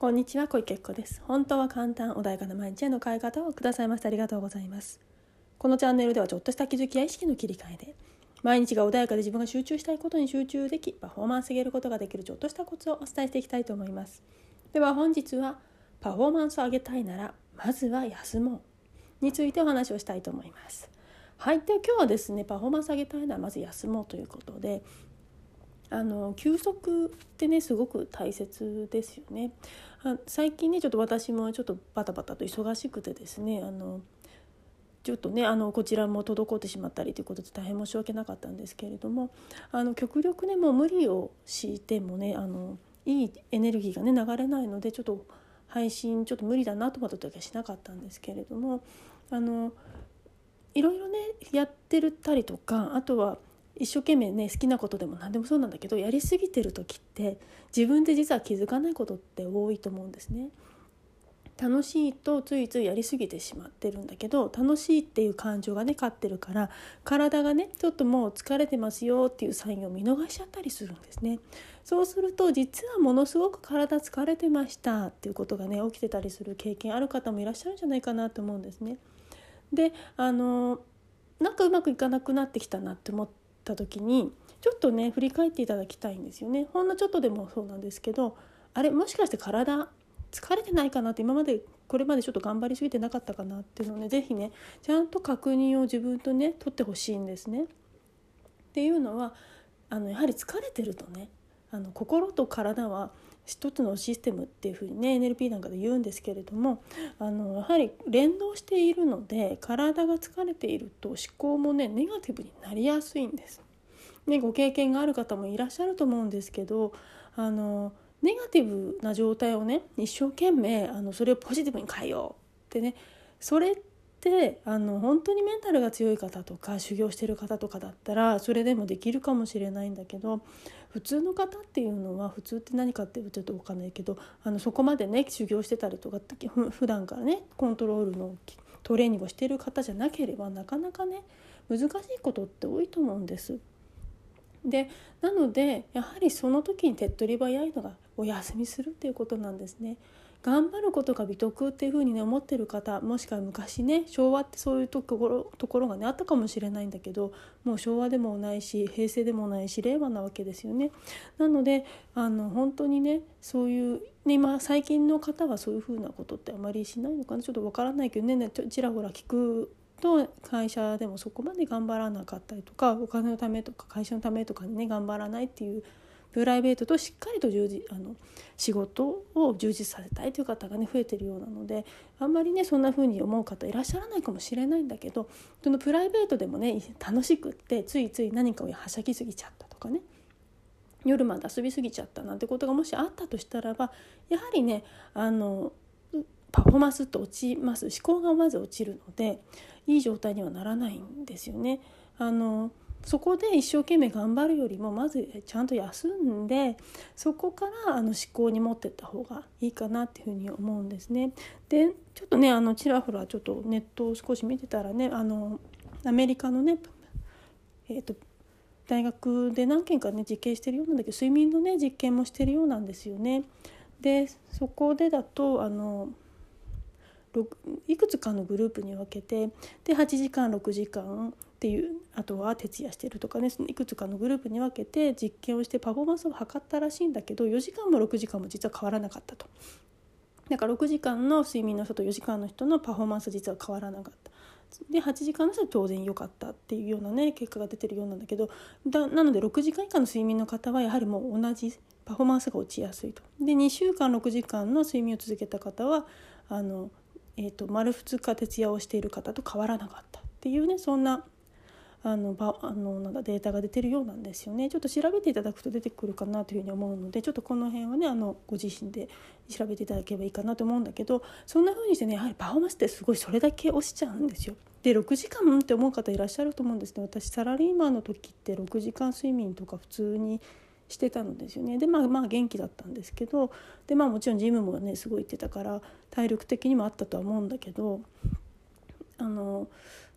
こんにちは、小池子です。本当は簡単、穏やかな毎日への変え方をくださいましてありがとうございます。このチャンネルではちょっとした気づきや意識の切り替えで毎日が穏やかで自分が集中したいことに集中できパフォーマンス上げることができるちょっとしたコツをお伝えしていきたいと思います。では本日はパフォーマンスを上げたいならまずは休もうについてお話をしたいと思います。はい、では今日はですね、パフォーマンス上げたいならまず休もうということで、休息ってねすごく大切ですよね。最近ねちょっと私もちょっとバタバタと忙しくてですね、ちょっとねこちらも滞ってしまったりということで大変申し訳なかったんですけれども、極力ねもう無理をしてもねいいエネルギーがね流れないので、ちょっと配信ちょっと無理だなと思った時はしなかったんですけれども、いろいろねやってるたりとか、あとは一生懸命ね好きなことでも何でもそうなんだけど、やりすぎてる時って自分で実は気づかないことって多いと思うんですね。楽しいとついついやりすぎてしまってるんだけど、楽しいっていう感情がね勝ってるから、体がねちょっともう疲れてますよっていうサインを見逃しちゃったりするんですね。そうすると実はものすごく体疲れてましたっていうことがね起きてたりする経験ある方もいらっしゃるんじゃないかなと思うんですね。でなんかうまくいかなくなってきたなって思った時にちょっとね振り返っていただきたいんですよね。ほんのちょっとでもそうなんですけど、あれもしかして体疲れてないかなって、これまでちょっと頑張りすぎてなかったかなっていうのをねぜひねちゃんと確認を自分とね取ってほしいんですね。っていうのはやはり疲れてるとね心と体は一つのシステムっていうふうにね NLP なんかで言うんですけれども、やはり連動しているので、体が疲れていると思考もねネガティブになりやすいんです、ね、ご経験がある方もいらっしゃると思うんですけど、ネガティブな状態をね一生懸命それをポジティブに変えようってね、それって本当にメンタルが強い方とか修行してる方とかだったらそれでもできるかもしれないんだけど、普通の方っていうのは、普通って何かってちょっと分かんないけどそこまでね修行してたりとか普段からねコントロールのトレーニングをしている方じゃなければなかなかね難しいことって多いと思うんです。でなのでやはりその時に手っ取り早いのがお休みするっていうことなんですね。頑張ることが美徳っていうふうにね思ってる方、もしくは昔ね昭和ってそういうところがねあったかもしれないんだけど、もう昭和でもないし平成でもないし令和なわけですよね。なので本当にねそういうね、最近の方はそういうふうなことってあまりしないのかな、ちょっとわからないけどねちらほら聞くと、会社でもそこまで頑張らなかったりとか、お金のためとか会社のためとかにね頑張らないっていう、プライベートとしっかりと仕事を充実させたいという方がね増えてるようなので、あんまりねそんな風に思う方いらっしゃらないかもしれないんだけど、そのプライベートでもね楽しくってついつい何かをはしゃぎすぎちゃったとかね、夜まで遊びすぎちゃったなんてことがもしあったとしたらば、やはりねパフォーマンスって落ちます。思考がまず落ちるのでいい状態にはならないんですよね。そこで一生懸命頑張るよりもまずちゃんと休んで、そこから思考に持ってった方がいいかなっていうふうに思うんですね。でちょっとねちらほらちょっとネットを少し見てたらねアメリカのね大学で何件かね実験してるようなんだけど、睡眠のね実験もしてるようなんですよね。でそこでだといくつかのグループに分けて、で8時間6時間っていう、あとは徹夜してるとかね、いくつかのグループに分けて実験をしてパフォーマンスを測ったらしいんだけど、4時間も6時間も実は変わらなかったと。だから6時間の睡眠の人と4時間の人のパフォーマンス実は変わらなかった。で8時間の人は当然良かったっていうようなね結果が出てるようなんだけど、なので6時間以下の睡眠の方はやはりもう同じパフォーマンスが落ちやすいと。で2週間6時間の睡眠を続けた方は丸2日徹夜をしている方と変わらなかったっていうね、そんななんかデータが出てるようなんですよね。ちょっと調べていただくと出てくるかなというふうに思うので、ちょっとこの辺はねご自身で調べていただければいいかなと思うんだけど、そんな風にしてねやはりパフォーマンスってすごいそれだけ落ちちゃうんですよ。で6時間って思う方いらっしゃると思うんですね。私サラリーマンの時って6時間睡眠とか普通にしてたのですよね。でまあ元気だったんですけど、でもちろんジムもねすごい行ってたから体力的にもあったとは思うんだけど、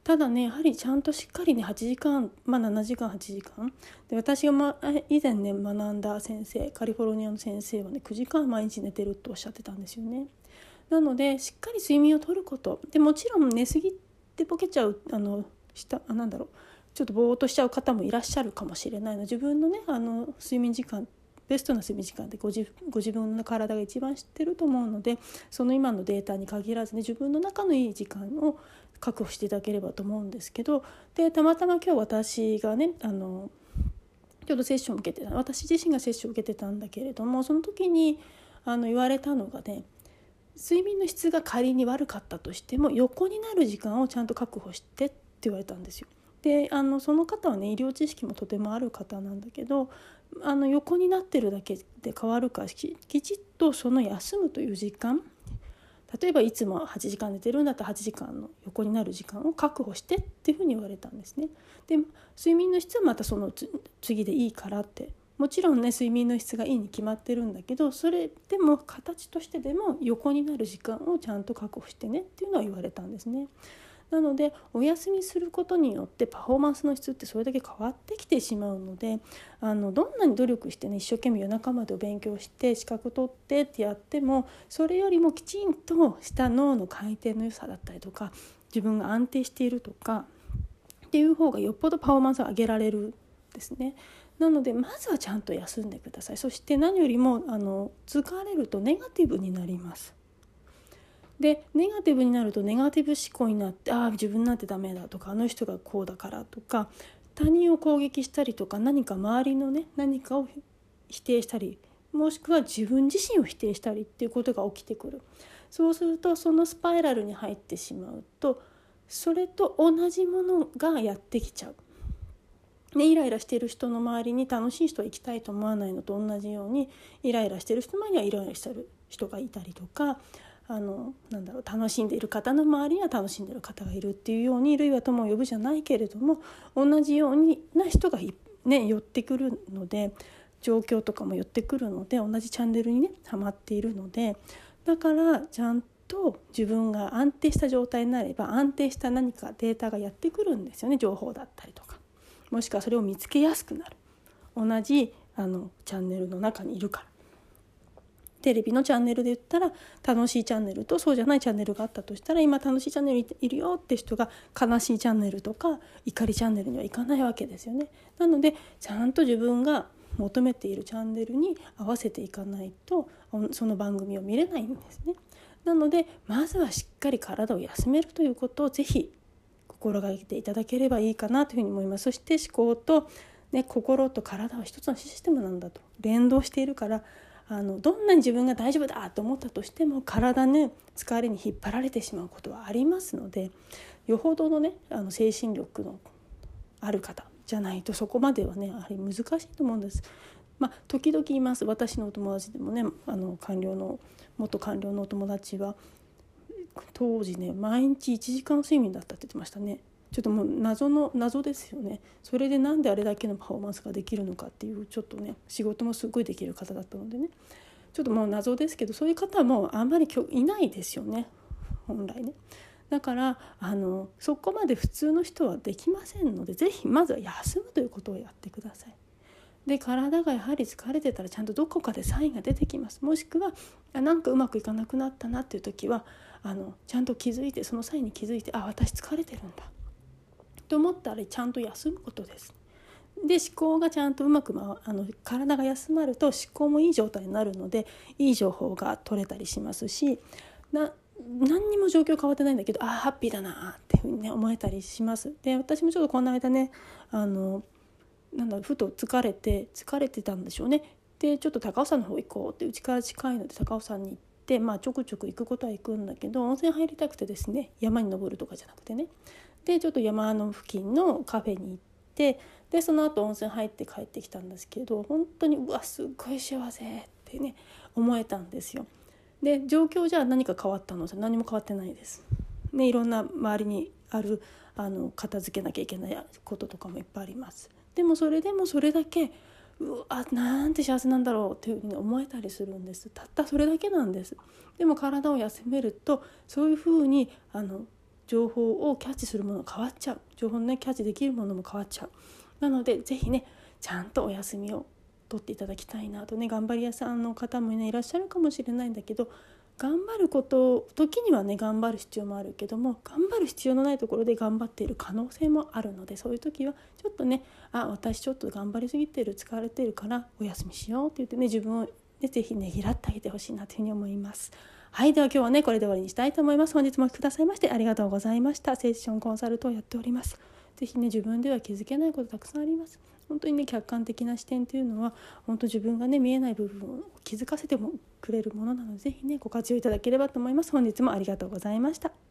ただねやはりちゃんとしっかりね8時間、7時間8時間で、私が、以前ね学んだ先生、カリフォルニアの先生はね9時間毎日寝てるっておっしゃってたんですよね。なのでしっかり睡眠をとることで、もちろん寝すぎてボケちゃうちょっとぼーっとしちゃう方もいらっしゃるかもしれないので、自分のね睡眠時間、ベストな睡眠時間ってご自分の体が一番知ってると思うので、その今のデータに限らずね自分の中のいい時間を確保していただければと思うんですけど、でたまたま今日私がねちょうどセッションを受けてた、私自身がセッションを受けてたんだけれども、その時に言われたのがね、睡眠の質が仮に悪かったとしても横になる時間をちゃんと確保してって言われたんですよ。でその方はね医療知識もとてもある方なんだけど、横になってるだけで変わるか、きちっとその休むという時間、例えばいつも8時間寝てるんだったら8時間の横になる時間を確保してっていうふうに言われたんですね。で睡眠の質はまたその次でいいからって、もちろんね睡眠の質がいいに決まってるんだけど、それでも形としてでも横になる時間をちゃんと確保してねっていうのは言われたんですね。なのでお休みすることによってパフォーマンスの質ってそれだけ変わってきてしまうので、どんなに努力してね一生懸命夜中までお勉強して資格取ってってやっても、それよりもきちんとした脳の回転の良さだったりとか、自分が安定しているとかっていう方がよっぽどパフォーマンスを上げられるんですね。なのでまずはちゃんと休んでください。そして何よりも疲れるとネガティブになります。でネガティブになるとネガティブ思考になって、自分なんてダメだとか、あの人がこうだからとか、他人を攻撃したりとか、何か周りのね何かを否定したり、もしくは自分自身を否定したりっていうことが起きてくる。そうするとそのスパイラルに入ってしまうと、それと同じものがやってきちゃう。イライラしている人の周りに楽しい人は行きたいと思わないのと同じように、イライラしている人の周りにはイライラしている人がいたりとか、楽しんでいる方の周りには楽しんでいる方がいるっていうように、類は友を呼ぶじゃないけれども、同じような人が寄ってくるので、状況とかも寄ってくるので、同じチャンネルにねハマっているので、だからちゃんと自分が安定した状態になれば、安定した何かデータがやってくるんですよね。情報だったりとか、もしくはそれを見つけやすくなる。同じチャンネルの中にいるから。テレビのチャンネルで言ったら楽しいチャンネルとそうじゃないチャンネルがあったとしたら、今楽しいチャンネルいるよって人が悲しいチャンネルとか怒りチャンネルにはいかないわけですよね。なのでちゃんと自分が求めているチャンネルに合わせていかないとその番組を見れないんですね。なのでまずはしっかり体を休めるということをぜひ心がけていただければいいかなというふうに思います。そして思考と、心と体は一つのシステムなんだと、連動しているから、どんなに自分が大丈夫だと思ったとしても体ね疲れに引っ張られてしまうことはありますので、よほどのね精神力のある方じゃないとそこまではねやはり難しいと思うんです。時々います。私のお友達でもね元官僚のお友達は当時ね毎日1時間睡眠だったって言ってましたね。ちょっともう謎ですよね。それでなんであれだけのパフォーマンスができるのかっていう、ちょっとね仕事もすごいできる方だったのでね、ちょっともう謎ですけど、そういう方もあんまりいないですよね本来ね。だからそこまで普通の人はできませんので、ぜひまずは休むということをやってください。で体がやはり疲れてたらちゃんとどこかでサインが出てきます。もしくはなんかうまくいかなくなったなっていう時はちゃんと気づいて、そのサインに気づいて、私疲れてるんだと思ったらちゃんと休むことです。で思考がちゃんとうまく体が休まると思考もいい状態になるので、いい情報が取れたりしますし、何にも状況変わってないんだけどハッピーだなっていうふうにね思えたりします。で私もちょっとこの間ねふと疲れてたんでしょうね。でちょっと高尾山の方行こうって、うちから近いので高尾山に行って、ちょくちょく行くことは行くんだけど、温泉入りたくてですね、山に登るとかじゃなくてね、でちょっと山の付近のカフェに行って、でその後温泉入って帰ってきたんですけど、本当にすっごい幸せってね思えたんですよ。で状況じゃ何か変わったの？何も変わってないです、いろんな周りにある片付けなきゃいけないこととかもいっぱいあります。でもそれだけなんて幸せなんだろうっていうふうに思えたりするんです。たったそれだけなんです。でも体を休めるとそういうふうに情報をキャッチするもの変わっちゃう、情報のねキャッチできるものも変わっちゃう。なのでぜひねちゃんとお休みを取っていただきたいなとね、頑張り屋さんの方もねいらっしゃるかもしれないんだけど、頑張ること時にはね頑張る必要もあるけども、頑張る必要のないところで頑張っている可能性もあるので、そういう時はちょっとね私ちょっと頑張りすぎてる、疲れてるからお休みしようって言ってね、自分をねぜひねぎらってあげてほしいなというふうに思います。はい、では今日はねこれで終わりにしたいと思います。本日もお聞きくださいましてありがとうございました。セッションコンサルトをやっております。ぜひね自分では気づけないことたくさんあります。本当にね客観的な視点というのは本当自分がね見えない部分を気づかせてもくれるものなので、ぜひねご活用いただければと思います。本日もありがとうございました。